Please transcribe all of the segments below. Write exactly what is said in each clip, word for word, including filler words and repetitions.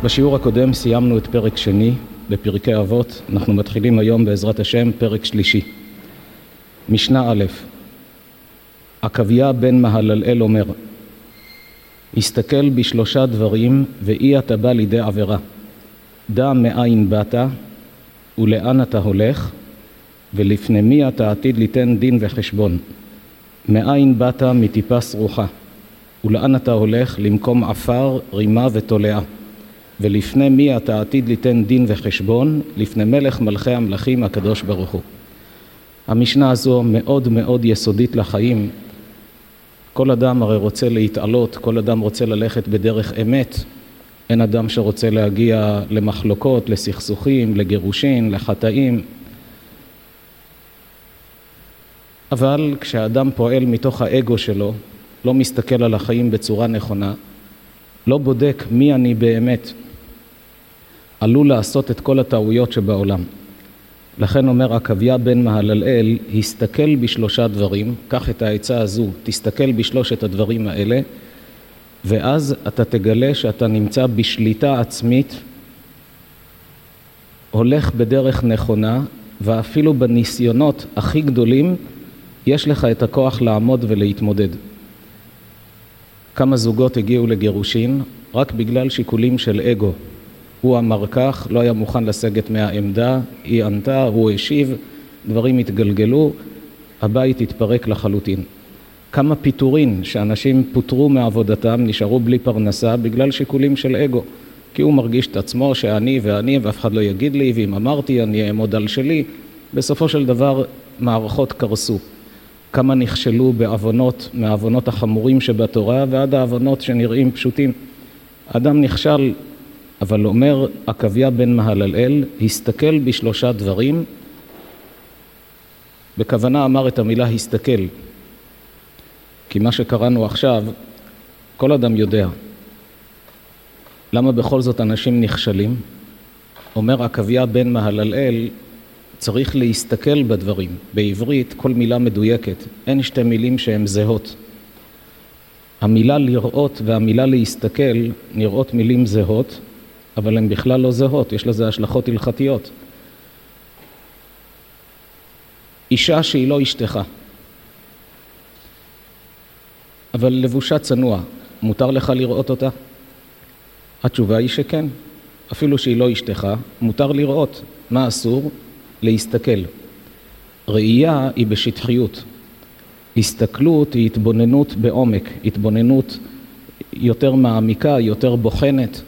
בשיעור הקודם סיימנו את פרק שני בפרקי אבות. אנחנו מתחילים היום בעזרת השם פרק שלישי. משנה א', עקביה בן מהללאל אומר, הסתכל בשלושה דברים ואי אתה בא לידי עבירה. דע מאין באת ולאן אתה הולך, ולפני מי אתה עתיד ליתן דין וחשבון. מאין באת מטיפה סרוחה, ולאן אתה הולך למקום עפר, רימה ותולעה. ולפני מי אתה עתיד ליתן דין וחשבון, לפני מלך מלכי המלכים הקדוש ברוך הוא. המשנה הזו מאוד מאוד יסודית לחיים. כל אדם הרי רוצה להתעלות, כל אדם רוצה ללכת בדרך אמת. אין אדם שרוצה להגיע למחלוקות, לסכסוכים, לגירושין, לחטאים. אבל כשאדם פועל מתוך האגו שלו, לא מסתכל על החיים בצורה נכונה, לא בודק מי אני באמת, עלול לעשות את כל הטעויות שבעולם. לכן אומר עקביה בן מהללאל, הסתכל בשלושה דברים, קח את העצה הזו, תסתכל בשלושת הדברים האלה, ואז אתה תגלה שאתה נמצא בשליטה עצמית, הולך בדרך נכונה, ואפילו בניסיונות הכי גדולים, יש לך את הכוח לעמוד ולהתמודד. כמה זוגות הגיעו לגירושין, רק בגלל שיקולים של אגו. הוא אמר כך, לא היה מוכן לסגת מהעמדה, היא ענתה, הוא השיב, דברים התגלגלו, הבית התפרק לחלוטין. כמה פיטורין שאנשים פוטרו מעבודתם, נשארו בלי פרנסה בגלל שיקולים של אגו. כי הוא מרגיש את עצמו שאני ואני ואף אחד לא יגיד לי, ואם אמרתי אני אעמוד על שלי. בסופו של דבר מערכות קרסו. כמה נכשלו בעוונות, מהעוונות החמורים שבתורה ועד העוונות שנראים פשוטים. אדם נכשל, אבל אומר עקביה בן מהללאל, הסתכל בשלושה דברים, בכוונה אמר את המילה הסתכל, כי מה שקראנו עכשיו, כל אדם יודע. למה בכל זאת אנשים נכשלים? אומר עקביה בן מהללאל, צריך להסתכל בדברים. בעברית כל מילה מדויקת, אין שתי מילים שהן זהות. המילה לראות והמילה להסתכל נראות מילים זהות, אבל הן בכלל לא זהות, יש לזה השלכות הלכתיות. אישה שהיא לא אשתך, אבל לבושה צנוע, מותר לך לראות אותה? התשובה היא שכן, אפילו שהיא לא אשתך, מותר לראות. מה אסור? להסתכל. ראייה היא בשטחיות. הסתכלות היא התבוננות בעומק, התבוננות יותר מעמיקה, יותר בוחנת.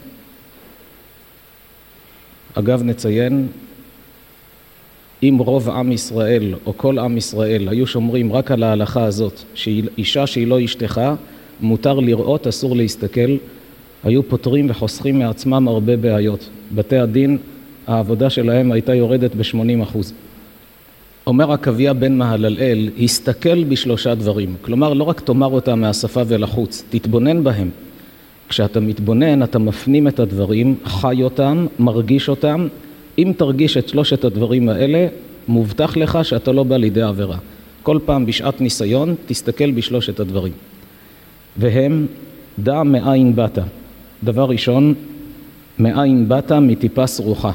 אגב נציין, אם רוב עם ישראל או כל עם ישראל היו שומרים רק על ההלכה הזאת, שאישה שהיא לא אשתך, מותר לראות, אסור להסתכל, היו פותרים וחוסכים מעצמם הרבה בעיות. בתי הדין, העבודה שלהם הייתה יורדת ב-שמונים אחוז. אומר עקביה בן מהללאל, הסתכל בשלושה דברים. כלומר, לא רק תאמר אותם מהשפה ולחוץ, תתבונן בהם. כשאתה מתבונן, אתה מפנים את הדברים, חי אותם, מרגיש אותם. אם תרגיש את שלושת הדברים האלה, מובטח לך שאתה לא בא לידי עבירה. כל פעם בשעת ניסיון, תסתכל בשלושת הדברים. והם, דע מאין באת. דבר ראשון, מאין באת מטיפה סרוחה.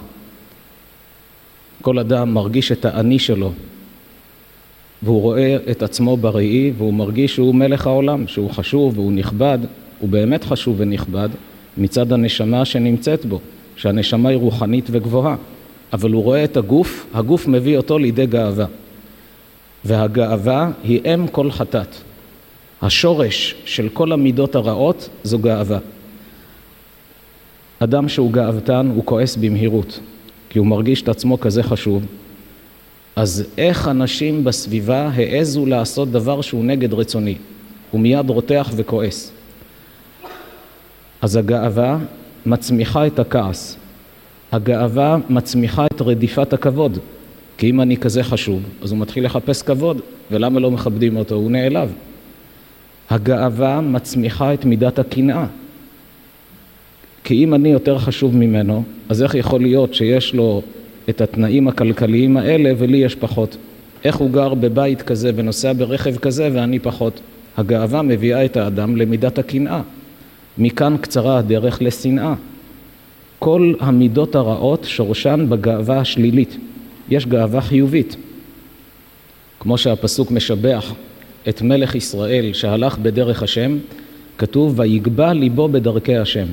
כל אדם מרגיש את האני שלו, והוא רואה את עצמו בראי, והוא מרגיש שהוא מלך העולם, שהוא חשוב והוא נכבד, הוא באמת חשוב ונכבד מצד הנשמה שנמצאת בו, שהנשמה היא רוחנית וגבוהה, אבל הוא רואה את הגוף, הגוף מביא אותו לידי גאווה, והגאווה היא אם כל חטאת. השורש של כל המידות הרעות זו גאווה. אדם שהוא גאוותן הוא כועס במהירות, כי הוא מרגיש את עצמו כזה חשוב. אז איך אנשים בסביבה העזו לעשות דבר שהוא נגד רצוני? הוא מיד רותח וכועס. אז הגאווה מצמיחה את הכעס. הגאווה מצמיחה את רדיפת הכבוד. כי אם אני כזה חשוב, אז הוא מתחיל לחפש כבוד, ולמה לא מכבדים אותו? הוא נעלב. הגאווה מצמיחה את מידת הקנאה. כי אם אני יותר חשוב ממנו, אז איך יכול להיות שיש לו את התנאים הכלכליים האלה ולי יש פחות? איך הוא גר בבית כזה ונוסע ברכב כזה ואני פחות? הגאווה מביאה את האדם למידת הקנאה. מכאן קצרה הדרך לשנאה. כל המידות הרעות שורשן בגאווה השלילית. יש גאווה חיובית. כמו שהפסוק משבח את מלך ישראל שהלך בדרך השם, כתוב ויגבה ליבו בדרכי השם.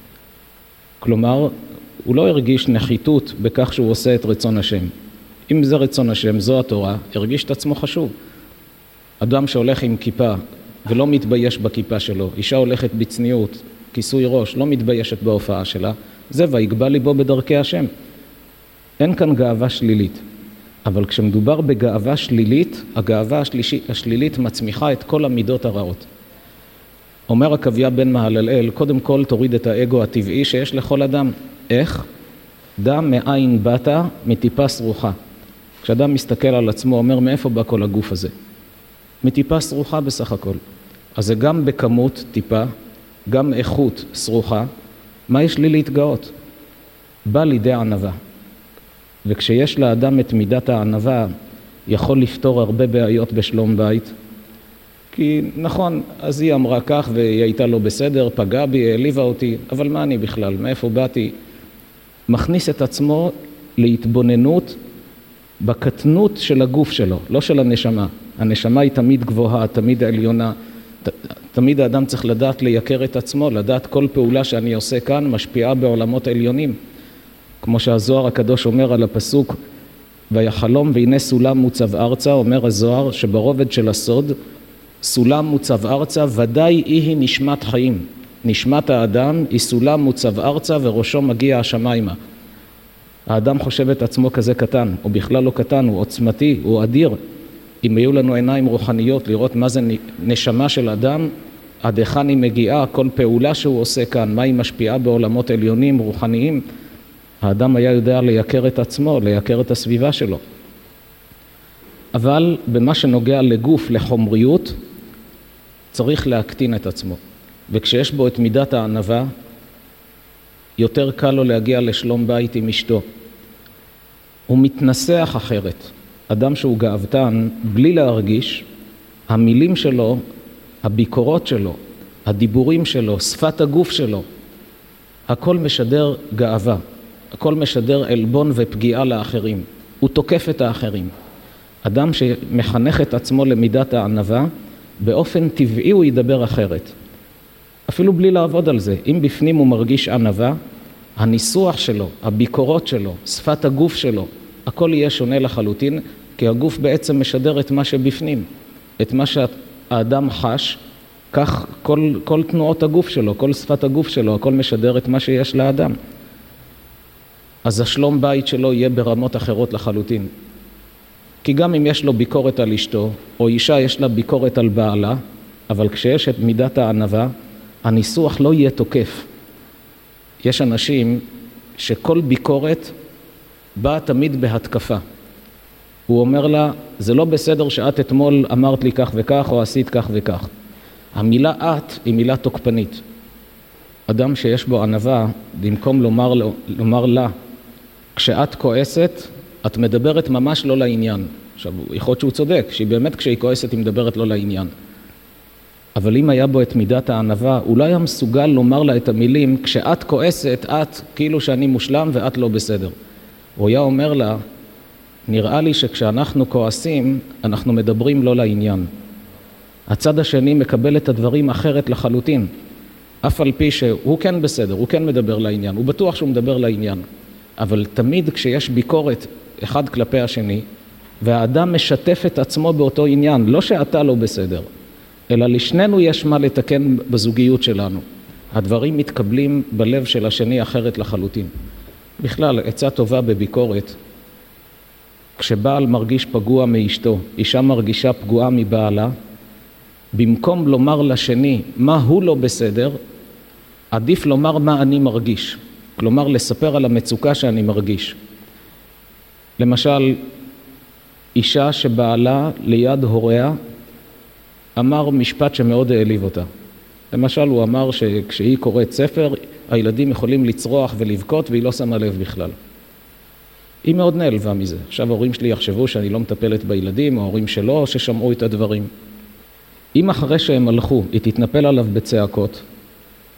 כלומר, הוא לא הרגיש נחיתות בכך שהוא עושה את רצון השם. אם זה רצון השם, זו התורה, הרגיש את עצמו חשוב. אדם שהולך עם כיפה ולא מתבייש בכיפה שלו, אישה הולכת בצניעות, כיסוי ראש, לא מתביישת בהופעה שלה, זה ויגבה ליבו בדרכי השם. אין כאן גאווה שלילית. אבל כשמדובר בגאווה שלילית, הגאווה השלישית, השלילית מצמיחה את כל המידות הרעות. אומר עקביה בן מהללאל, קודם כל תוריד את האגו הטבעי שיש לכל אדם. איך? דע מאין באת מטיפה סרוחה. כשאדם מסתכל על עצמו, אומר מאיפה בא כל הגוף הזה? מטיפה סרוחה בסך הכל. אז זה גם בכמות טיפה, גם איכות סרוחה. מה יש לי להתגאות? בא לידי ענווה. וכשיש לאדם את מידת הענווה, יכול לפתור הרבה בעיות בשלום בית. כי נכון, אז היא אמרה כך והיא הייתה לא בסדר, פגעה בי, העליבה אותי, אבל מה אני בכלל? מאיפה באתי? מכניס את עצמו להתבוננות בקטנות של הגוף שלו, לא של הנשמה. הנשמה היא תמיד גבוהה, תמיד עליונה. ת, תמיד האדם צריך לדעת לייקר את עצמו, לדעת כל פעולה שאני עושה כאן משפיעה בעולמות עליונים. כמו שהזוהר הקדוש אומר על הפסוק, ויחלום והנה סולם מוצב ארצה, אומר הזוהר שברובד של הסוד, סולם מוצב ארצה, ודאי היא נשמת חיים. נשמת האדם היא סולם מוצב ארצה וראשו מגיע השמיימה. האדם חושב את עצמו כזה קטן, או בכלל לא קטן, הוא עוצמתי, הוא אדיר. אם היו לנו עיניים רוחניות לראות מה זה נשמה של אדם, עד היכן היא מגיעה, כל פעולה שהוא עושה כאן, מה היא משפיעה בעולמות עליונים, רוחניים, האדם היה יודע לייקר את עצמו, לייקר את הסביבה שלו. אבל במה שנוגע לגוף, לחומריות, צריך להקטין את עצמו. וכשיש בו את מידת הענווה, יותר קל לו להגיע לשלום בית עם אשתו. הוא מתנסח אחרת. אדם שהוא גאוותן, בלי להרגיש, המילים שלו, הביקורות שלו, הדיבורים שלו, שפת הגוף שלו, הכל משדר גאווה. הכל משדר אלבון ופגיעה לאחרים. הוא תוקף את האחרים. אדם שמחנך את עצמו למידת הענווה, באופן טבעי הוא ידבר אחרת. אפילו בלי לעבוד על זה. אם בפנים הוא מרגיש ענווה, הניסוח שלו, הביקורות שלו, שפת הגוף שלו, הכל יהיה שונה לחלוטין, כי הגוף בעצם משדר את מה שבפנים. את מה שהאדם חש, כך כל, כל תנועות הגוף שלו, כל שפת הגוף שלו, הכל משדר את מה שיש לאדם. אז השלום בית שלו יהיה ברמות אחרות לחלוטין. כי גם אם יש לו ביקורת על אשתו, או אישה יש לה ביקורת על בעלה, אבל כשיש את מידת הענווה, הניסוח לא יהיה תוקף. יש אנשים שכל ביקורת באה תמיד בהתקפה. הוא אומר לה, זה לא בסדר שאת אתמול אמרת לי כך וכך, או עשית כך וכך. המילה את היא מילה תוקפנית. אדם שיש בו ענווה, במקום לומר, לומר לה, כשאת כועסת, את מדברת ממש לא לעניין. עכשיו, יכול להיות שהוא צודק, שהיא באמת כשהיא כועסת היא מדברת לא לעניין. אבל אם היה בו את מידת הענווה, הוא לא היה מסוגל לומר לה את המילים, כשאת כועסת, את כאילו שאני מושלם ואת לא בסדר. הוא היה אומר לה, נראה לי שכשאנחנו כועסים, אנחנו מדברים לא לעניין. הצד השני מקבל את הדברים אחרת לחלוטין. אף על פי שהוא כן בסדר, הוא כן מדבר לעניין, הוא בטוח שהוא מדבר לעניין. אבל תמיד כשיש ביקורת אחד כלפי השני, והאדם משתף את עצמו באותו עניין, לא שאתה לא בסדר, אלא לשנינו יש מה לתקן בזוגיות שלנו. הדברים מתקבלים בלב של השני אחרת לחלוטין. בכלל, עצה טובה בביקורת, כשבעל מרגיש פגוע מאשתו, אישה מרגישה פגועה מבעלה, במקום לומר לשני מה הוא לא בסדר, עדיף לומר מה אני מרגיש. כלומר, לספר על המצוקה שאני מרגיש. למשל, אישה שבעלה ליד הוריה אמר משפט שמאוד העליב אותה. למשל, הוא אמר שכשהיא קוראת ספר, הילדים יכולים לצרוח ולבכות והיא לא שמה לב בכלל. היא מאוד נעלבה מזה. עכשיו ההורים שלי יחשבו שאני לא מטפלת בילדים, או ההורים שלו ששמעו את הדברים. אם אחרי שהם הלכו, היא תתנפל עליו בצעקות,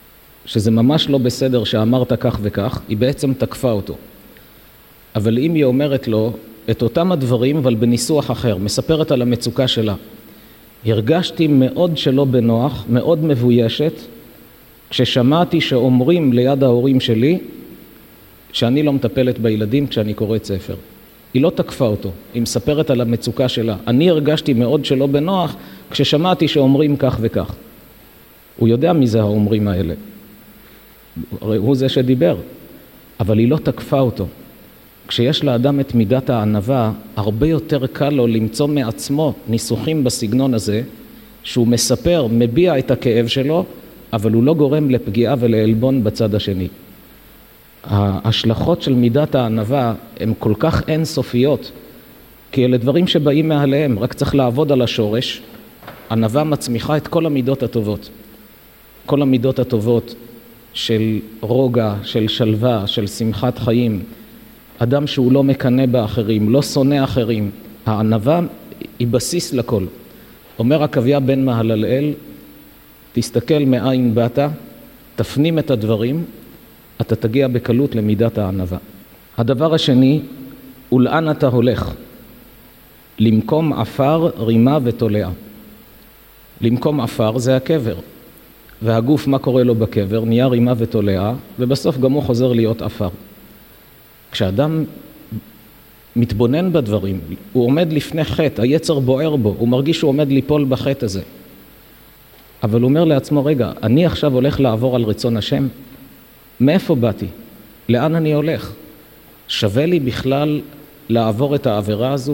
שזה ממש לא בסדר שאמרת כך וכך, היא בעצם תקפה אותו. אבל אם היא אומרת לו את אותם הדברים, אבל בניסוח אחר, מספרת על המצוקה שלה, הרגשתי מאוד שלא בנוח, מאוד מבוישת, כששמעתי שאומרים ליד ההורים שלי, שאני לא מטפלת בילדים כשאני קוראת ספר. היא לא תקפה אותו, היא מספרת על המצוקה שלה. אני הרגשתי מאוד שלא בנוח, כששמעתי שאומרים כך וכך. הוא יודע מי זה האומרים האלה. הוא זה שדיבר, אבל היא לא תקפה אותו. כשיש לאדם את מידת הענווה, הרבה יותר קל לו למצוא מעצמו ניסוחים בסגנון הזה, שהוא מספר, מביע את הכאב שלו, אבל הוא לא גורם לפגיעה ולעלבון בצד השני. ההשלכות של מידת הענווה הן כל כך אינסופיות, כי אלה דברים שבאים מעליהם, רק צריך לעבוד על השורש. ענווה מצמיחה את כל המידות הטובות. כל המידות הטובות של רוגע, של שלווה, של שמחת חיים. אדם שהוא לא מקנא באחרים, לא שונא אחרים. הענווה היא בסיס לכל. אומר עקביה בן מהללאל, תסתכל מאין באת, תפנים את הדברים, אתה תגיע בקלות למידת הענווה. הדבר השני, ולאן אתה הולך? למקום עפר, רימה ותולע. למקום עפר זה הקבר. והגוף, מה קורה לו בקבר? נהיה רימה ותולע, ובסוף גם הוא חוזר להיות עפר. כשאדם מתבונן בדברים, הוא עומד לפני חטא, היצר בוער בו, הוא מרגיש שהוא עומד ליפול בחטא הזה. אבל הוא אומר לעצמו, רגע, אני עכשיו הולך לעבור על רצון השם? מאיפה באתי? לאן אני הולך? שווה לי בכלל לעבור את העבירה הזו?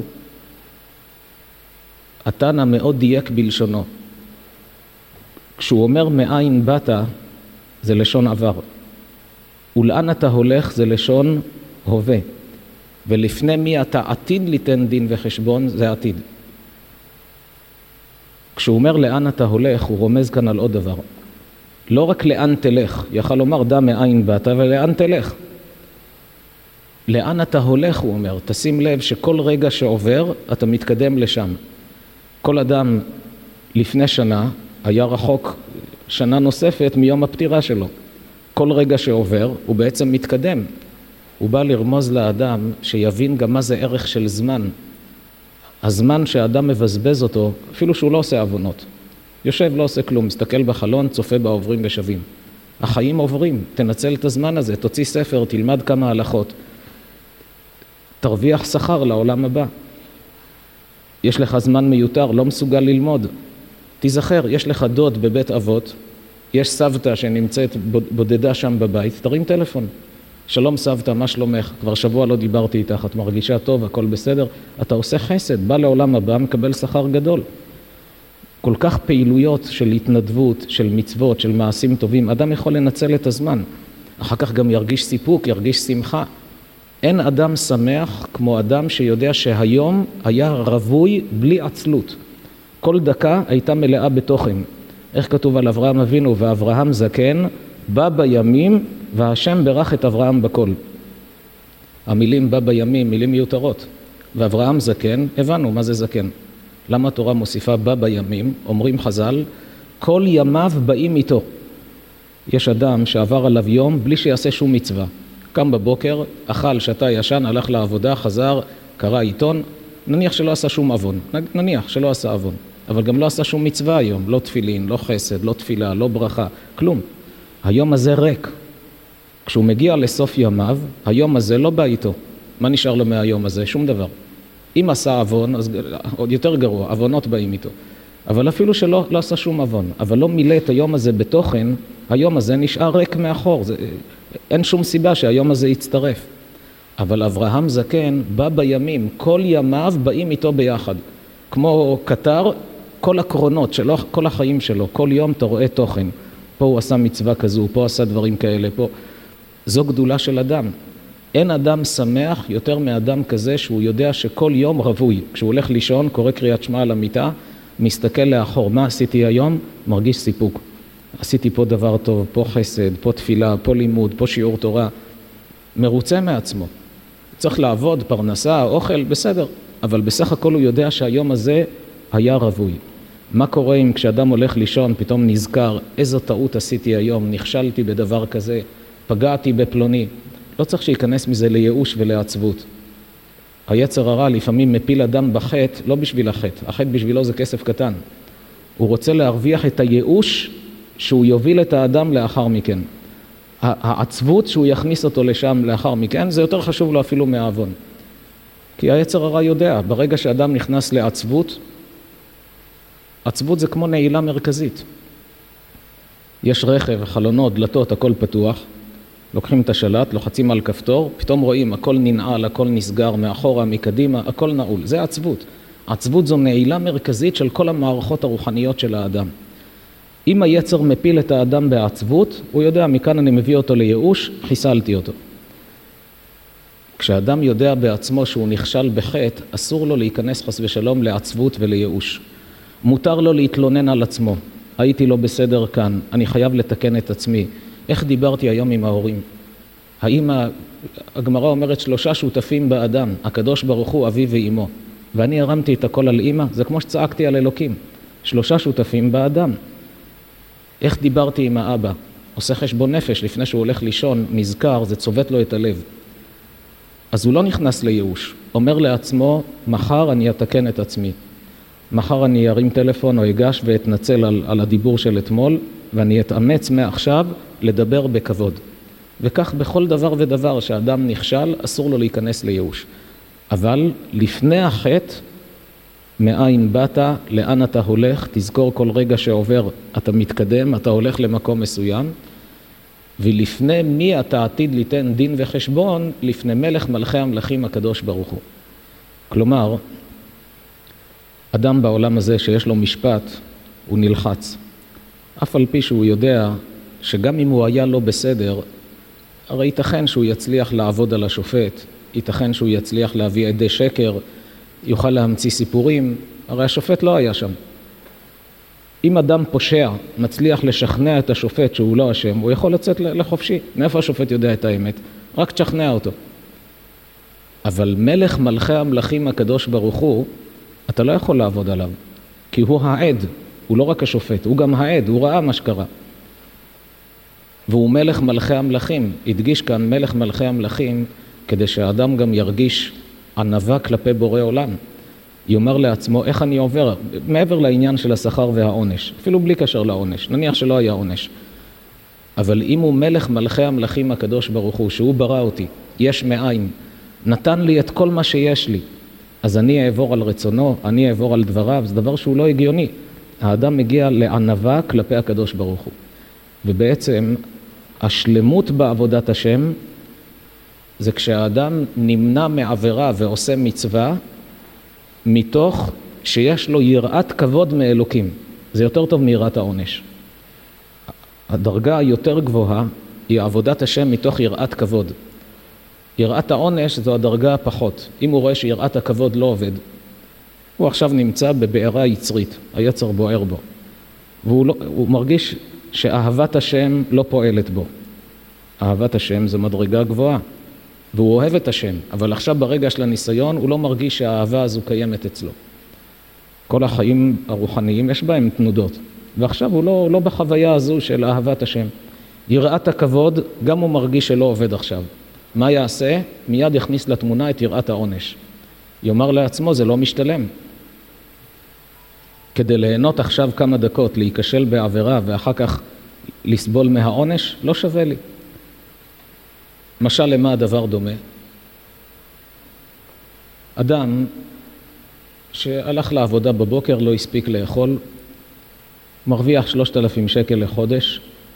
התנא מאוד דייק בלשונו. כשהוא אומר מאין באת, זה לשון עבר. ולאן אתה הולך זה לשון הווה. ולפני מי אתה עתיד ליתן דין וחשבון, זה עתיד. כשהוא אומר לאן אתה הולך, הוא רומז כאן על עוד דבר. לא רק לאן תלך, יכל לומר דע מאין באת ולאן תלך. לאן אתה הולך, הוא אומר, תשים לב שכל רגע שעובר אתה מתקדם לשם. כל אדם לפני שנה היה רחוק שנה נוספת מיום הפטירה שלו. כל רגע שעובר הוא בעצם מתקדם. הוא בא לרמוז לאדם שיבין גם מה זה ערך של זמן. הזמן שהאדם מבזבז אותו, אפילו שהוא לא עושה עוונות. יושב, לא עושה כלום, מסתכל בחלון, צופה בעוברים ושבים. החיים עוברים, תנצל את הזמן הזה, תוציא ספר, תלמד כמה הלכות. תרוויח שכר לעולם הבא. יש לך זמן מיותר, לא מסוגל ללמוד. תיזכר, יש לך דוד בבית אבות, יש סבתא שנמצאת בודדה שם בבית, תרים טלפון. שלום סבתא, מה שלומך? כבר שבוע לא דיברתי איתך, את מרגישה טוב, הכל בסדר. אתה עושה חסד, בא לעולם הבא, מקבל שכר גדול. כל כך פעילויות של התנדבות, של מצוות, של מעשים טובים, אדם יכול לנצל את הזמן. אחר כך גם ירגיש סיפוק, ירגיש שמחה. אין אדם שמח כמו אדם שיודע שהיום היה רווי בלי עצלות. כל דקה הייתה מלאה בתוכן. איך כתוב על אברהם אבינו? ואברהם זקן, בא בימים, והשם ברך את אברהם בכל. המילים בא בימים, מילים מיותרות. ואברהם זקן, הבנו מה זה זקן. למה התורה מוסיפה בא בימים? אומרים חז"ל, כל ימיו באים איתו. יש אדם שעבר עליו יום בלי שיעשה שום מצווה. קם בבוקר, אכל, שתה, ישן, הלך לעבודה, חזר, קרא עיתון, נניח שלא עשה שום אבון, נניח שלא עשה אבון, אבל גם לא עשה שום מצווה היום, לא תפילין, לא חסד, לא תפילה, לא ברכה, כלום. היום הזה ריק. כשהוא מגיע לסוף ימיו, היום הזה לא בא איתו. מה נשאר לו מהיום הזה? שום דבר. אם עשה אבון, אז עוד יותר גרוע, אבונות באים איתו. אבל אפילו שלא לא עשה שום אבון, אבל לא מילא את היום הזה בתוכן, היום הזה נשאר ריק מאחור. זה, אין שום סיבה שהיום הזה יצטרף. אבל אברהם זקן בא בימים, כל ימיו באים איתו ביחד. כמו קטר, כל הקרונות שלו, כל החיים שלו, כל יום אתה רואה תוכן. פה הוא עשה מצווה כזו, פה עשה דברים כאלה, פה. זו גדולה של אדם. אין אדם שמח יותר מאדם כזה שהוא יודע שכל יום רווי. כשהוא הולך לישון, קורא קריאת שמע על המיטה, מסתכל לאחור, מה עשיתי היום? מרגיש סיפוק. עשיתי פה דבר טוב, פה חסד, פה תפילה, פה לימוד, פה שיעור תורה. מרוצה מעצמו. צריך לעבוד, פרנסה, אוכל, בסדר. אבל בסך הכל הוא יודע שהיום הזה היה רווי. מה קורה אם כשאדם הולך לישון פתאום נזכר, איזו טעות עשיתי היום, נכשלתי בדבר כזה, פגעתי בפלוני. לא צריך שייכנס מזה לייאוש ולעצבות. היצר הרע לפעמים מפיל אדם בחטא, לא בשביל החטא, החטא בשבילו זה כסף קטן. הוא רוצה להרוויח את הייאוש שהוא יוביל את האדם לאחר מכן. העצבות שהוא יכניס אותו לשם לאחר מכן, זה יותר חשוב לו אפילו מהעוון. כי היצר הרע יודע, ברגע שאדם נכנס לעצבות, עצבות זה כמו נעילה מרכזית. יש רכב, חלונות, דלתות, הכל פתוח, לוקחים את השלט, לוחצים על כפתור, פתאום רואים הכל ננעל, הכל נסגר, מאחורה, מקדימה, הכל נעול. זה עצבות. עצבות זו נעילה מרכזית של כל המערכות הרוחניות של האדם. אם היצר מפיל את האדם בעצבות, הוא יודע, מכאן אני מביא אותו לייאוש, חיסלתי אותו. כשאדם יודע בעצמו שהוא נכשל בחטא, אסור לו להיכנס חס ושלום לעצבות ולייאוש. מותר לו להתלונן על עצמו. הייתי לא בסדר כאן, אני חייב לתקן את עצמי. איך דיברתי היום עם ההורים? האם הגמרא אומרת שלושה שותפים באדם, הקדוש ברוך הוא, אבי ואימו. ואני הרמתי את הכל על אמא, זה כמו שצעקתי על אלוקים. שלושה שותפים באדם. איך דיברתי עם האבא? עושה חשבון נפש לפני שהוא הולך לישון, נזכר, זה צובט לו את הלב. אז הוא לא נכנס לייאוש. אומר לעצמו, מחר אני אתקן את עצמי. מחר אני ארים טלפון או אגש ואתנצל על, על הדיבור של אתמול, ואני אתאמץ מעכשיו לדבר בכבוד. וכך בכל דבר ודבר שאדם נכשל, אסור לו להיכנס לייאוש. אבל לפני החטא, מאין באת, לאן אתה הולך, תזכור כל רגע שעובר, אתה מתקדם, אתה הולך למקום מסוים, ולפני מי אתה עתיד ליתן דין וחשבון, לפני מלך מלכי המלכים הקדוש ברוך הוא. כלומר, אדם בעולם הזה שיש לו משפט, הוא נלחץ. אף על פי שהוא יודע שגם אם הוא היה לא בסדר, הרי ייתכן שהוא יצליח לעבוד על השופט, ייתכן שהוא יצליח להביא עדי שקר, יוכל להמציא סיפורים, הרי השופט לא היה שם. אם אדם פושע מצליח לשכנע את השופט שהוא לא אשם, הוא יכול לצאת לחופשי. מאיפה השופט יודע את האמת? רק תשכנע אותו. אבל מלך מלכי המלכים הקדוש ברוך הוא, אתה לא יכול לעבוד עליו, כי הוא העד, הוא לא רק השופט, הוא גם העד, הוא ראה מה שקרה. והוא מלך מלכי המלכים, הדגיש כאן מלך מלכי המלכים, כדי שהאדם גם ירגיש ענווה כלפי בורא עולם. יאמר לעצמו, איך אני עובר, מעבר לעניין של השכר והעונש, אפילו בלי קשר לעונש, נניח שלא היה עונש. אבל אם הוא מלך מלכי המלכים הקדוש ברוך הוא, שהוא ברא אותי, יש מאין, נתן לי את כל מה שיש לי, אז אני אעבור על רצונו, אני אעבור על דבריו, זה דבר שהוא לא הגיוני. האדם מגיע לענווה כלפי הקדוש ברוך הוא. ובעצם השלמות בעבודת השם, זה כשהאדם נמנע מעבירה ועושה מצווה, מתוך שיש לו יראת כבוד מאלוקים. זה יותר טוב מיראת העונש. הדרגה היותר גבוהה היא עבודת השם מתוך יראת כבוד. יראת העונש זו הדרגה הפחות. אם הוא רואה שיראת הכבוד לא עובד, הוא עכשיו נמצא בבעירה יצרית, היצר בוער בו. והוא לא, הוא מרגיש שאהבת השם לא פועלת בו. אהבת השם זו מדרגה גבוהה. והוא אוהב את השם, אבל עכשיו ברגע של הניסיון הוא לא מרגיש שהאהבה הזו קיימת אצלו. כל החיים הרוחניים יש בהם תנודות, ועכשיו הוא לא, לא בחוויה הזו של אהבת השם. יראת הכבוד, גם הוא מרגיש שלא עובד עכשיו. מה יעשה? מיד יכניס לתמונה את יראת העונש. יאמר לעצמו, זה לא משתלם. כדי ליהנות עכשיו כמה דקות, להיכשל בעבירה ואחר כך לסבול מהעונש, לא שווה לי. משל למה הדבר דומה? אדם שהלך לעבודה בבוקר, לא הספיק לאכול, מרוויח שלושת אלפים שקל לחודש,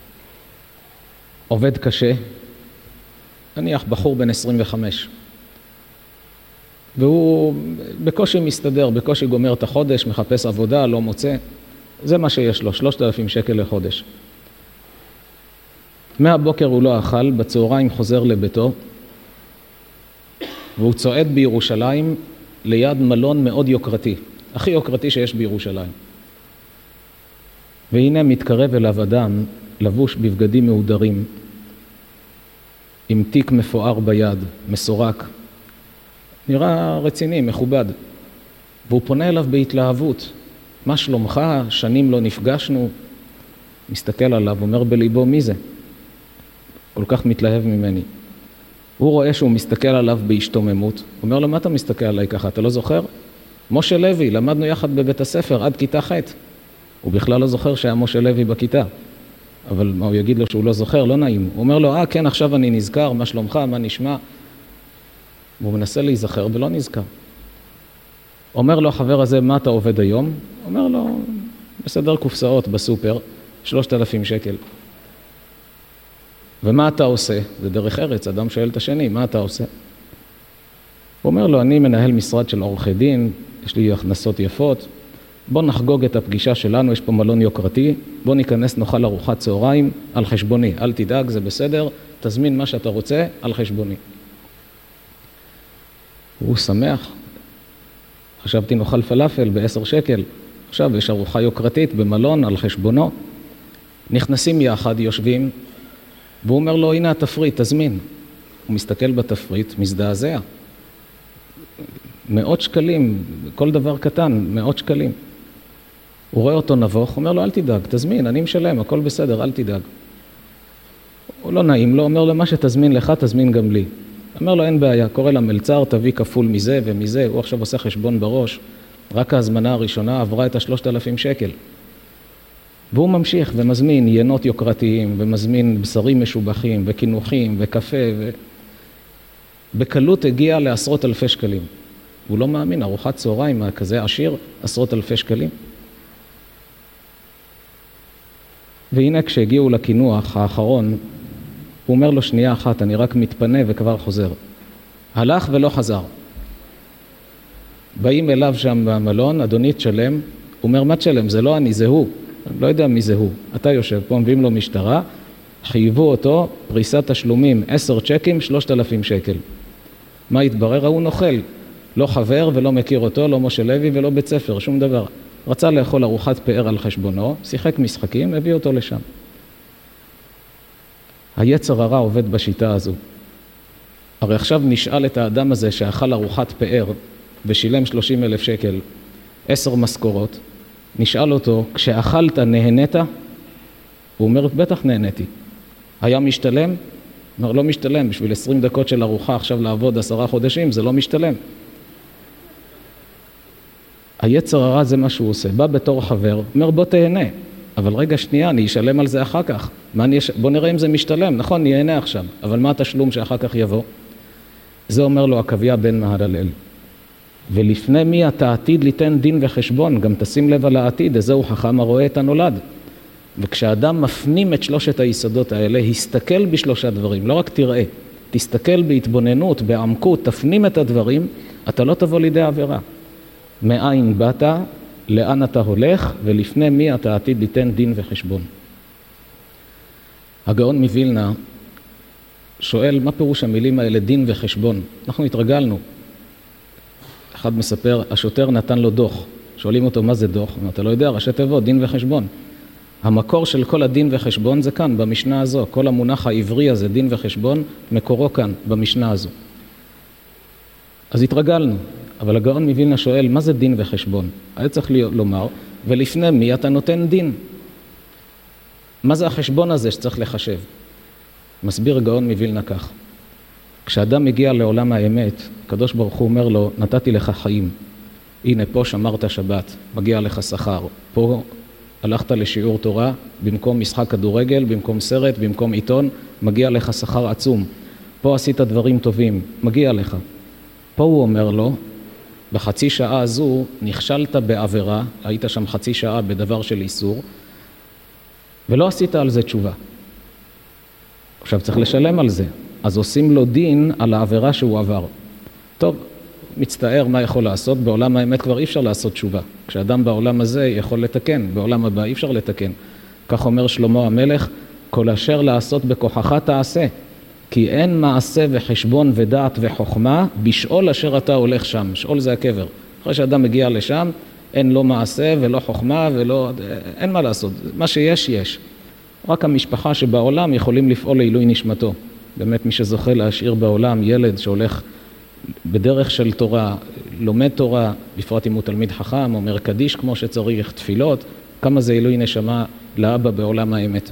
עובד קשה, נניח בחור בן עשרים וחמש, והוא בקושי מסתדר, בקושי גומר את החודש, מחפש עבודה, לא מוצא, זה מה שיש לו, שלושת אלפים שקל לחודש. מהבוקר הוא לא אכל, בצהריים חוזר לביתו, והוא צועד בירושלים ליד מלון מאוד יוקרתי, הכי יוקרתי שיש בירושלים. והנה מתקרב אליו אדם, לבוש בבגדים מהודרים, עם תיק מפואר ביד, מסורק, נראה רציני, מכובד. והוא פונה אליו בהתלהבות, מה שלומך? שנים לא נפגשנו. מסתכל עליו, אומר בליבו, מי זה? כל כך מתלהב ממני. הוא רואה שהוא מסתכל עליו בהשתוממות. אומר לו, מה אתה מסתכל עליי ככה? אתה לא זוכר? משה לוי, למדנו יחד בבית הספר עד כיתה ח'. הוא בכלל לא זוכר שהיה משה לוי בכיתה. אבל מה הוא יגיד לו שהוא לא זוכר? לא נעים. הוא אומר לו, אה, כן, עכשיו אני נזכר, מה שלומך, מה נשמע? והוא מנסה להיזכר ולא נזכר. אומר לו החבר הזה, מה אתה עובד היום? אומר לו, מסדר קופסאות בסופר, שלושת אלפים שקל. ומה אתה עושה? זה דרך ארץ, אדם שואל את השני, מה אתה עושה? הוא אומר לו, אני מנהל משרד של עורכי דין, יש לי הכנסות יפות, בוא נחגוג את הפגישה שלנו, יש פה מלון יוקרתי, בוא ניכנס נאכל ארוחת צהריים על חשבוני, אל תדאג, זה בסדר, תזמין מה שאתה רוצה על חשבוני. הוא שמח, חשבתי נאכל פלאפל בעשר שקל, עכשיו יש ארוחה יוקרתית במלון על חשבונו, נכנסים יחד, יושבים, והוא אומר לו, הנה התפריט, תזמין. הוא מסתכל בתפריט, מזדעזע. מאות שקלים, כל דבר קטן, מאות שקלים. הוא רואה אותו נבוך, אומר לו, אל תדאג, תזמין, אני משלם, הכל בסדר, אל תדאג. הוא לא נעים לו, אומר לו, מה שתזמין לך, תזמין גם לי. אומר לו, אין בעיה, קורא למלצר, תביא כפול מזה ומזה, הוא עכשיו עושה חשבון בראש, רק ההזמנה הראשונה עברה את השלושת אלפים שקל. והוא ממשיך ומזמין ינות יוקרתיים, ומזמין בשרים משובחים, וכינוחים, וקפה, ו... בקלות הגיע לעשרות אלפי שקלים. הוא לא מאמין, ארוחת צהריים, כזה עשיר, עשרות אלפי שקלים. והנה כשהגיעו לכינוח האחרון, הוא אומר לו שנייה אחת, אני רק מתפנה וכבר חוזר. הלך ולא חזר. באים אליו שם במלון, אדוני תשלם, הוא אומר, מה תשלם? זה לא אני, זה הוא. אני לא יודע מי זה הוא. אתה יושב פה, מביאים לו משטרה, חייבו אותו, פריסת תשלומים, עשר צ'קים, שלושת אלפים שקל. מה התברר? הוא נוכל. לא חבר ולא מכיר אותו, לא משה לוי ולא בית ספר, שום דבר. רצה לאכול ארוחת פאר על חשבונו, שיחק משחקים, הביא אותו לשם. היצר הרע עובד בשיטה הזו. הרי עכשיו נשאל את האדם הזה שאכל ארוחת פאר ושילם שלושים אלף שקל, עשר משכורות, נשאל אותו, כשאכלת נהנית? הוא אומר, בטח נהניתי. היה משתלם? הוא אומר, לא משתלם, בשביל עשרים דקות של ארוחה עכשיו לעבוד עשרה חודשים, זה לא משתלם. היצר הרע זה מה שהוא עושה, בא בתור חבר, אומר בוא תהנה, אבל רגע שנייה, אני אשלם על זה אחר כך. מה אני אש... בוא נראה אם זה משתלם, נכון, אני אהנה עכשיו, אבל מה התשלום שאחר כך יבוא? זה אומר לו עקביה בן מהללאל. ולפני מי אתה עתיד ליתן דין וחשבון, גם תשים לב על העתיד, איזהו חכם הרואה את הנולד. וכשאדם מפנים את שלושת היסודות האלה, הסתכל בשלושה דברים, לא רק תראה, תסתכל בהתבוננות, בעמקות, תפנים את הדברים, אתה לא תבוא לידי עבירה. מאין באת, לאן אתה הולך, ולפני מי אתה עתיד ליתן דין וחשבון. הגאון מווילנה שואל, מה פירוש המילים האלה דין וחשבון? אנחנו התרגלנו. אחד מספר, השוטר נתן לו דוח. שואלים אותו, מה זה דוח? אתה לא יודע, ראשי תיבות, דין וחשבון. המקור של כל הדין וחשבון זה כאן, במשנה הזו. כל המונח העברי הזה, דין וחשבון, מקורו כאן, במשנה הזו. אז התרגלנו. אבל הגאון מווילנה שואל, מה זה דין וחשבון? היה צריך לומר, ולפני מי אתה נותן דין? מה זה החשבון הזה שצריך לחשב? מסביר הגאון מווילנה כך. כשאדם מגיע לעולם האמת, הקדוש ברוך הוא אומר לו, נתתי לך חיים. הנה פה שמרת שבת, מגיע לך שכר. פה הלכת לשיעור תורה, במקום משחק כדורגל, במקום סרט, במקום עיתון, מגיע לך שכר עצום. פה עשית דברים טובים, מגיע לך. פה הוא אומר לו, בחצי שעה הזו נכשלת בעבירה, היית שם חצי שעה בדבר של איסור, ולא עשית על זה תשובה. עכשיו צריך לשלם על זה, אז עושים לו דין על העבירה שהוא עבר. טוב, מצטער מה יכול לעשות, בעולם האמת כבר אי אפשר לעשות תשובה. כשאדם בעולם הזה יכול לתקן, בעולם הבא אי אפשר לתקן. כך אומר שלמה המלך, כל אשר לעשות בכוחך תעשה, כי אין מעשה וחשבון ודעת וחוכמה בשאול אשר אתה הולך שם. שאול זה הקבר. אחרי שאדם מגיע לשם, אין לו מעשה ולא חוכמה ולא... אין מה לעשות. מה שיש, יש. רק המשפחה שבעולם יכולים לפעול לעילוי נשמתו. באמת מי שזוכה להשאיר בעולם ילד שהולך בדרך של תורה, לומד תורה, בפרט אם הוא תלמיד חכם, אומר קדיש כמו שצריך, תפילות, כמה זה עילוי נשמה לאבא בעולם האמת.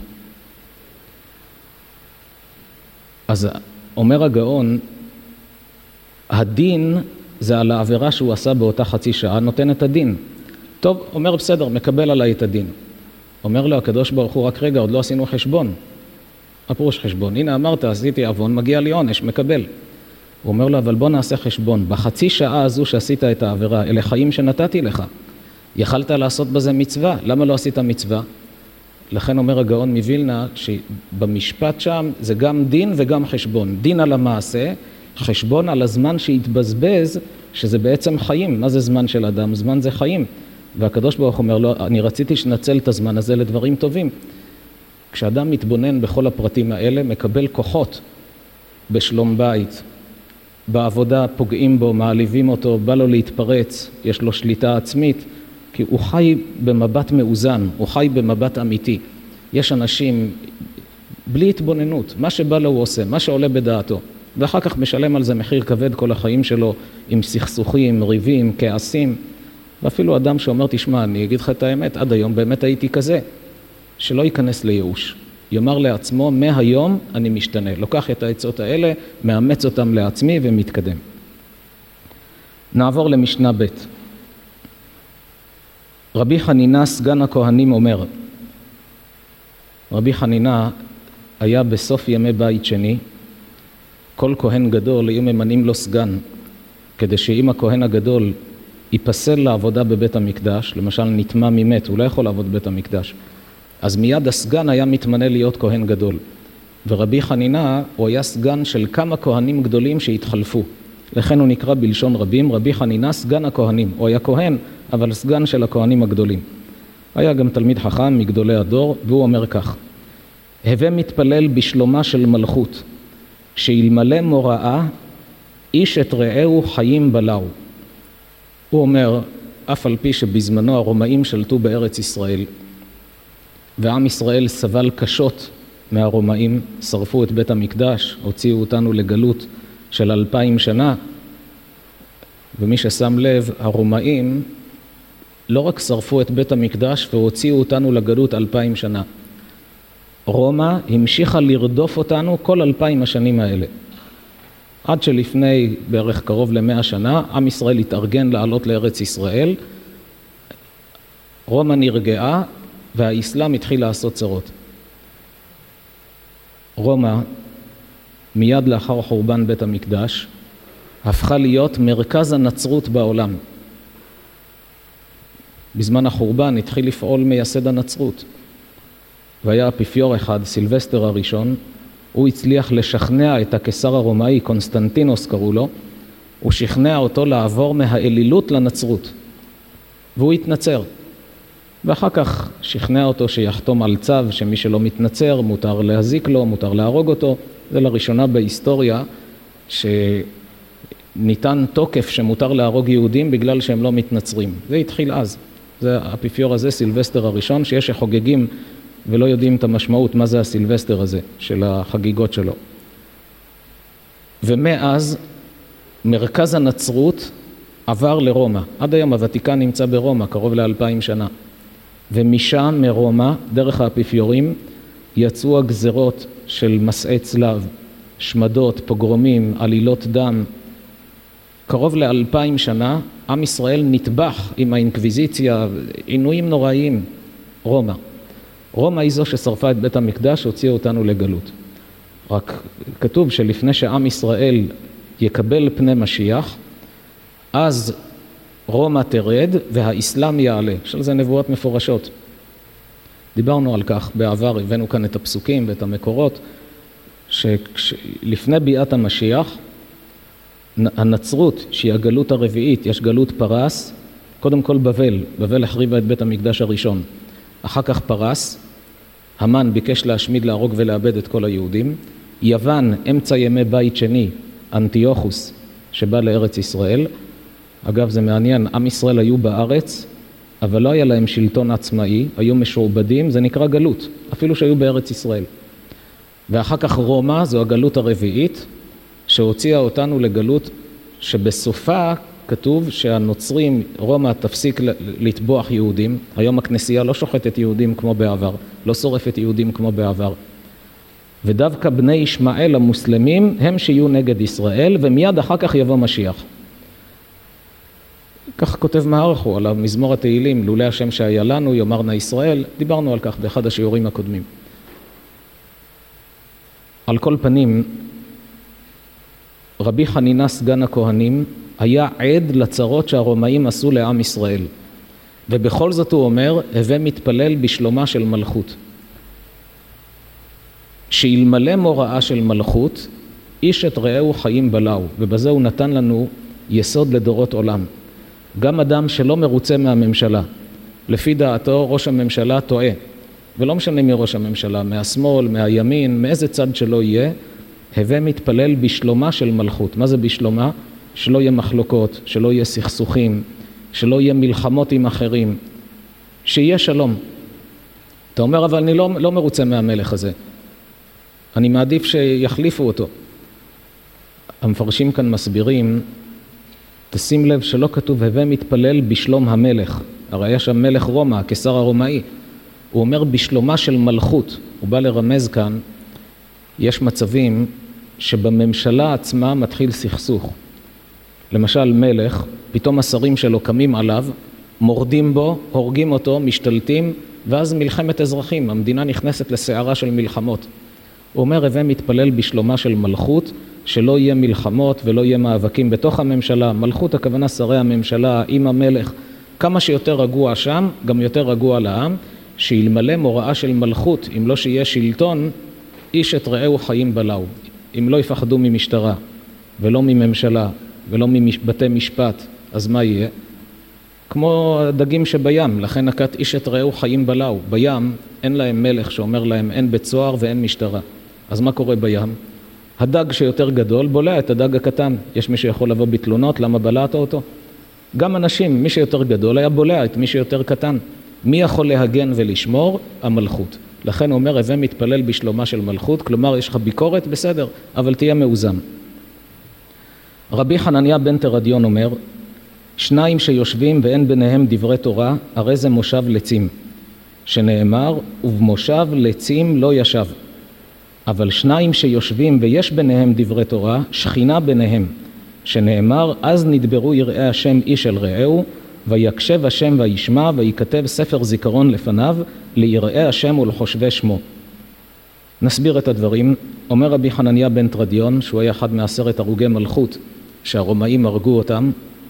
אז אומר הגאון, הדין זה על העבירה שהוא עשה באותה חצי שעה, נותן את הדין. טוב, אומר בסדר, מקבל עליי את הדין. אומר לו הקדוש ברוך הוא, רק רגע, עוד לא עשינו חשבון. הפירוש חשבון, הנה אמרת, עשיתי עוון, מגיע לי עונש, מקבל. הוא אומר לו, אבל בוא נעשה חשבון. בחצי שעה הזו שעשית את העבירה, אלה חיים שנתתי לך. יכלת לעשות בזה מצווה, למה לא עשית מצווה? לכן אומר הגאון מווילנה, שבמשפט שם זה גם דין וגם חשבון. דין על המעשה, חשבון על הזמן שהתבזבז, שזה בעצם חיים. מה זה זמן של אדם? זמן זה חיים. והקדוש ברוך אומר לו, אני רציתי שנצל את הזמן הזה לדברים טובים. כשאדם מתבונן בכל הפרטים האלה, מקבל כוחות בשלום בית, בעבודה פוגעים בו, מעליבים אותו, בא לו להתפרץ, יש לו שליטה עצמית, כי הוא חי במבט מאוזן, הוא חי במבט אמיתי. יש אנשים בלי התבוננות, מה שבא לו הוא עושה, מה שעולה בדעתו, ואחר כך משלם על זה מחיר כבד כל החיים שלו, עם סכסוכים, ריבים, כעסים, ואפילו אדם שאומר, תשמע, אני אגיד לך את האמת, עד היום באמת הייתי כזה, שלא ייכנס לייאוש. יאמר לעצמו, מהיום אני משתנה. לוקח את העצות האלה, מאמץ אותם לעצמי ומתקדם. נעבור למשנה ב'. רבי חנינה סגן הכהנים אומר, רבי חנינה היה בסוף ימי בית שני, כל כהן גדול היו ממנים לו סגן, כדי שאם הכהן הגדול ייפסל לעבודה בבית המקדש, למשל נטמא ממת, הוא לא יכול לעבוד בבית המקדש, אז מיד הסגן היה מתמנה להיות כהן גדול. ורבי חנינה הוא היה סגן של כמה כהנים גדולים שהתחלפו. לכן הוא נקרא בלשון רבים, רבי חנינה סגן הכהנים. הוא היה כהן, אבל סגן של הכהנים הגדולים. היה גם תלמיד חכם מגדולי הדור, והוא אומר כך, הווה מתפלל בשלומה של מלכות, שאלמלא מוראה, איש את רעהו חיים בלעו. הוא אומר, אף על פי שבזמנו הרומאים שלטו בארץ ישראל, ועם ישראל סבל קשות מהרומאים, שרפו את בית המקדש, הוציאו אותנו לגלות של אלפיים שנה, ומי ששם לב, הרומאים לא רק שרפו את בית המקדש והוציאו אותנו לגלות אלפיים שנה. רומא המשיכה לרדוף אותנו כל אלפיים השנים האלה. עד שלפני בערך קרוב למאה שנה, עם ישראל התארגן לעלות לארץ ישראל, רומא נרגעה, והאסלאם התחיל לעשות צרות. רומא, מיד לאחר חורבן בית המקדש, הפכה להיות מרכז הנצרות בעולם. בזמן החורבן התחיל לפעול מייסד הנצרות. והיה אפיפיור אחד, סילבסטר הראשון, הוא הצליח לשכנע את הקיסר הרומאי, קונסטנטינוס קראו לו, הוא שכנע אותו לעבור מהאלילות לנצרות. והוא התנצר. ואחר כך שכנע אותו שיחתום על צו שמי שלא מתנצר מותר להזיק לו, מותר להרוג אותו. זה לראשונה בהיסטוריה שניתן תוקף שמותר להרוג יהודים בגלל שהם לא מתנצרים. זה התחיל אז. זה האפיפיור הזה, סילבסטר הראשון, שיש שחוגגים ולא יודעים את המשמעות מה זה הסילבסטר הזה של החגיגות שלו. ומאז מרכז הנצרות עבר לרומא. עד היום הוותיקן נמצא ברומא, קרוב לאלפיים שנה. ומשם מרומא, דרך האפיפיורים, יצאו הגזרות של מסעי צלב, שמדות, פוגרומים, עלילות דם. קרוב לאלפיים שנה, עם ישראל נטבח עם האינקוויזיציה, עינויים נוראיים, רומא. רומא היא זו ששרפה את בית המקדש, הוציאה אותנו לגלות. רק כתוב שלפני שעם ישראל יקבל פני משיח, אז רומא תרד והאסלאם יעלה. של זה נבואות מפורשות. דיברנו על כך בעבר, הבאנו כאן את הפסוקים ואת המקורות, שלפני ביאת המשיח, הנצרות, שהיא הגלות הרביעית, יש גלות פרס, קודם כל בבל, בבל החריבה את בית המקדש הראשון. אחר כך פרס, המן ביקש להשמיד, להרוג ולאבד את כל היהודים. יוון, אמצע ימי בית שני, אנטיוכוס, שבא לארץ ישראל. אגב, זה מעניין, עם ישראל היו בארץ, אבל לא היה להם שלטון עצמאי, היו משועבדים, זה נקרא גלות, אפילו שהיו בארץ ישראל. ואחר כך רומא, זו הגלות הרביעית, שהוציאה אותנו לגלות שבסופה כתוב שהנוצרים, רומא תפסיק לטבוח יהודים, היום הכנסייה לא שוחטת יהודים כמו בעבר, לא שורפת יהודים כמו בעבר. ודווקא בני ישמעאל המוסלמים הם שיהיו נגד ישראל, ומיד אחר כך יבוא משיח. כך כותב מערכו על המזמור התהילים, לולא השם שהיה לנו, יאמרנה ישראל, דיברנו על כך באחד השיעורים הקודמים. על כל פנים, רבי חנינה סגן הכהנים היה עד לצרות שהרומאים עשו לעם ישראל. ובכל זאת הוא אומר, הווה מתפלל בשלומה של מלכות. שאלמלא מוראה של מלכות, איש את רעהו חיים בלעו, ובזה הוא נתן לנו יסוד לדורות עולם. גם אדם שלא מרוצה מהממשלה, לפי דעתו ראש הממשלה טועה, ולא משנה מי ראש הממשלה, מהשמאל, מהימין, מאיזה צד שלא יהיה, הווה מתפלל בשלומה של מלכות. מה זה בשלומה? שלא יהיה מחלוקות, שלא יהיה סכסוכים, שלא יהיה מלחמות עם אחרים, שיהיה שלום. אתה אומר, אבל אני לא, לא מרוצה מהמלך הזה. אני מעדיף שיחליפו אותו. המפרשים כאן מסבירים, תשים לב שלא כתוב הווה מתפלל בשלום המלך. הרי היה שם מלך רומא, הקיסר הרומאי. הוא אומר בשלומה של מלכות. הוא בא לרמז כאן, יש מצבים שבממשלה עצמה מתחיל סכסוך. למשל מלך, פתאום השרים שלו קמים עליו, מורדים בו, הורגים אותו, משתלטים, ואז מלחמת אזרחים, המדינה נכנסת לסערה של מלחמות. הוא אומר, הווה מתפלל בשלומה של מלכות, שלא יהיה מלחמות ולא יהיה מאבקים בתוך הממשלה. מלכות הכוונה שרי הממשלה עם המלך, כמה שיותר רגוע שם, גם יותר רגוע לעם, שאלמלא מוראה של מלכות, אם לא שיהיה שלטון, איש את רעהו חיים בלעו. אם לא יפחדו ממשטרה ולא מממשלה ולא מבתי משפט, אז מה יהיה? כמו דגים שבים, לכן נקט איש את רעהו חיים בלעו. בים אין להם מלך שאומר להם אין בית סוהר ואין משטרה. אז מה קורה בים? הדג שיותר גדול בולע את הדג הקטן. יש מי שיכול לבוא בתלונות, למה בלעת אותו? גם אנשים, מי שיותר גדול היה בולע את מי שיותר קטן. מי יכול להגן ולשמור? המלכות. לכן הוא אומר, הווה מתפלל בשלומה של מלכות, כלומר יש לך ביקורת, בסדר, אבל תהיה מאוזן. רבי חנניה בן תרדיון אומר, שניים שיושבים ואין ביניהם דברי תורה, הרי זה מושב לצים, שנאמר, ובמושב לצים לא ישב. אבל שניים שיושבים ויש ביניהם דברי תורה, שכינה ביניהם, שנאמר, אז נדברו יראי השם איש אל רעהו, ויקשב השם וישמע, ויכתב ספר זיכרון לפניו, ליראי השם ולחושבי שמו. נסביר את הדברים. אומר רבי חנניה בן תרדיון, שהוא היה אחד מעשרת הרוגי מלכות, שהרומאים הרגו אותם,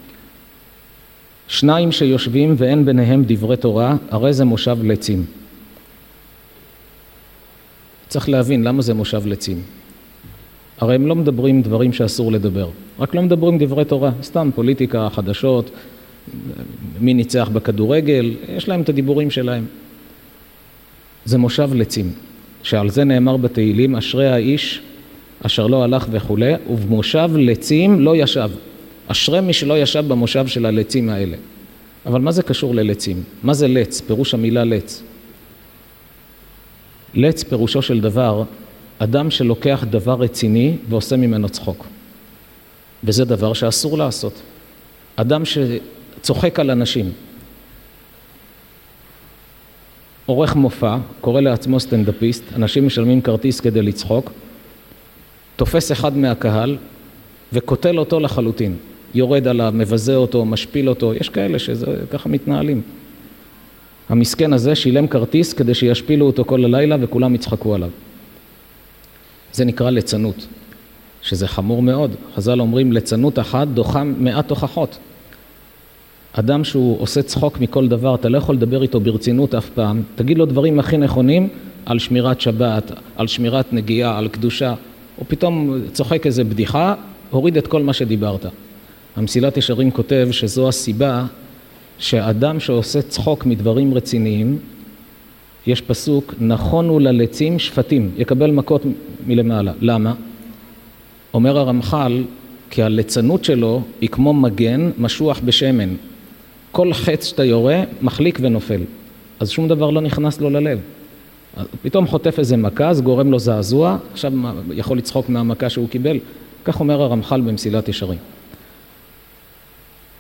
שניים שיושבים ואין ביניהם דברי תורה, הרי זה מושב לצים. צריך להבין למה זה מושב לצים. הרי הם לא מדברים דברים שאסור לדבר, רק לא מדברים דברי תורה, סתם פוליטיקה, חדשות, מי ניצח בכדורגל, יש להם את הדיבורים שלהם. זה מושב לצים, שעל זה נאמר בתהילים, אשרי האיש אשר לא הלך וכו', ובמושב לצים לא ישב. אשרי מי שלא ישב במושב של הלצים האלה. אבל מה זה קשור ללצים? מה זה לץ? פירוש המילה לץ. לץ פירושו של דבר, אדם שלוקח דבר רציני ועושה ממנו צחוק. וזה דבר שאסור לעשות. אדם שצוחק על אנשים. עורך מופע, קורא לעצמו סטנדאפיסט, אנשים משלמים כרטיס כדי לצחוק, תופס אחד מהקהל וקוטל אותו לחלוטין. יורד עליו, מבזה אותו, משפיל אותו, יש כאלה שככה מתנהלים. המסכן הזה שילם כרטיס כדי שישפילו אותו כל הלילה וכולם יצחקו עליו. זה נקרא ליצנות, שזה חמור מאוד. חז"ל אומרים, ליצנות אחת דוחה מאת הוכחות. אדם שהוא עושה צחוק מכל דבר, אתה לא יכול לדבר איתו ברצינות אף פעם, תגיד לו דברים הכי נכונים על שמירת שבת, על שמירת נגיעה, על קדושה, או פתאום צוחק איזה בדיחה, הוריד את כל מה שדיברת. המסילת ישרים כותב שזו הסיבה שאדם שעושה צחוק מדברים רציניים, יש פסוק, נכונו ללצים שפטים, יקבל מכות מלמעלה. למה? אומר הרמח"ל, כי הליצנות שלו היא כמו מגן משוח בשמן. כל חץ שאתה יורה מחליק ונופל. אז שום דבר לא נכנס לו ללב. פתאום חוטף איזה מכה, אז גורם לו זעזוע, עכשיו יכול לצחוק מהמכה שהוא קיבל. כך אומר הרמח"ל במסילת ישרים.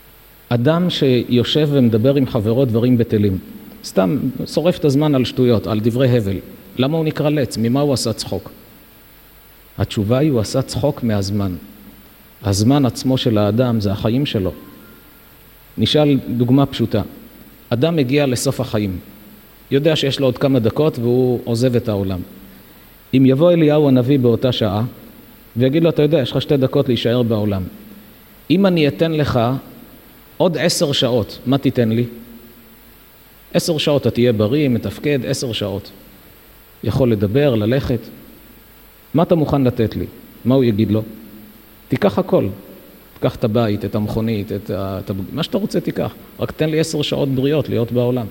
אדם שיושב ומדבר עם חברו דברים בטלים, סתם שורף את הזמן על שטויות, על דברי הבל. למה הוא נקרא לץ? ממה הוא עשה צחוק? התשובה היא, הוא עשה צחוק מהזמן. הזמן עצמו של האדם זה החיים שלו. נשאל דוגמה פשוטה. אדם מגיע לסוף החיים. יודע שיש לו עוד כמה דקות והוא עוזב את העולם. אם יבוא אליהו הנביא באותה שעה ויגיד לו, אתה יודע, יש לך שתי דקות להישאר בעולם. אם אני אתן לך עוד עשר שעות, מה תיתן לי? עשר שעות, אתה תהיה בריא, מתפקד, עשר שעות. יכול לדבר, ללכת. מה אתה מוכן לתת לי? מה הוא יגיד לו? תיקח הכל. תיקח את הבית, את המכונית, את ה... את ה... מה שאתה רוצה תיקח. רק תן לי עשר שעות בריאות להיות בעולם.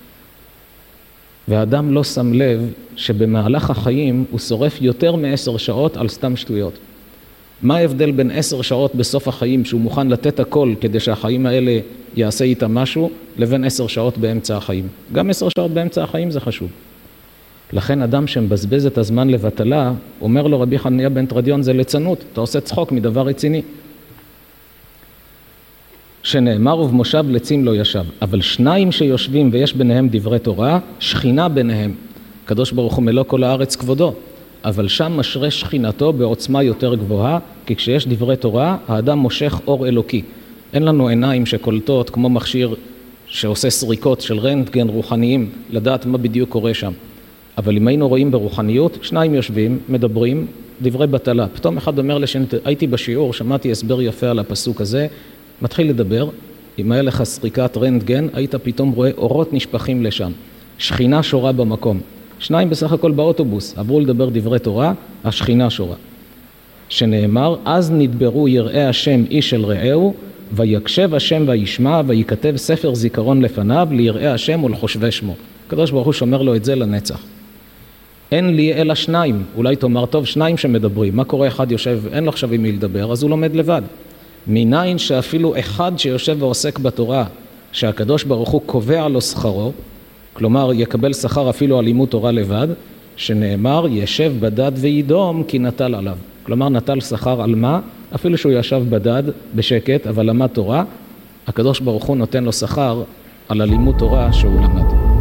והאדם לא שם לב שבמהלך החיים הוא שורף יותר מעשר שעות על סתם שטויות. מה ההבדל בין עשר שעות בסוף החיים שהוא מוכן לתת הכל כדי שהחיים האלה יעשה איתם משהו, לבין עשר שעות באמצע החיים? גם עשר שעות באמצע החיים זה חשוב. לכן אדם שמבזבז את הזמן לבטלה, אומר לו רבי חנניה בן תרדיון, זה ליצנות, אתה עושה צחוק מדבר רציני. שנאמר ובמושב לצים לא ישב, אבל שניים שיושבים ויש ביניהם דברי תורה, שכינה ביניהם. הקדוש ברוך הוא מלוא כל הארץ כבודו, אבל שם משרה שכינתו בעוצמה יותר גבוהה, כי כשיש דברי תורה, האדם מושך אור אלוקי. אין לנו עיניים שקולטות כמו מכשיר שעושה סריקות של רנטגן רוחניים, לדעת מה בדיוק קורה שם. אבל אם היינו רואים ברוחניות, שניים יושבים, מדברים, דברי בטלה. פתאום אחד אומר לשני, הייתי בשיעור, שמעתי הסבר יפה על הפסוק הזה, מתחיל לדבר, אם היה לך סריקת רנטגן, היית פתאום רואה אורות נשפכים לשם. שכינה שורה במקום. שניים בסך הכל באוטובוס, עברו לדבר דברי תורה, השכינה שורה. שנאמר, אז נדברו יראי השם איש אל רעהו, ויקשב השם וישמע, ויכתב ספר זיכרון לפניו, ליראי השם ולחושבי שמו. הקדוש ברוך הוא שומר לו את זה לנצח. אין לי אלא שניים, אולי תאמר טוב, שניים שמדברים, מה קורה? אחד יושב, אין לו עכשיו עם מי לדבר, אז הוא לומד לבד. מניין שאפילו אחד שיושב ועוסק בתורה, שהקדוש ברוך הוא קובע לו שכרו, כלומר יקבל שכר אפילו על לימוד תורה לבד, שנאמר ישב בדד וידום כי נטל עליו. כלומר נטל שכר על מה? אפילו שהוא ישב בדד בשקט, אבל למד תורה, הקדוש ברוך הוא נותן לו שכר על הלימוד תורה שהוא למד.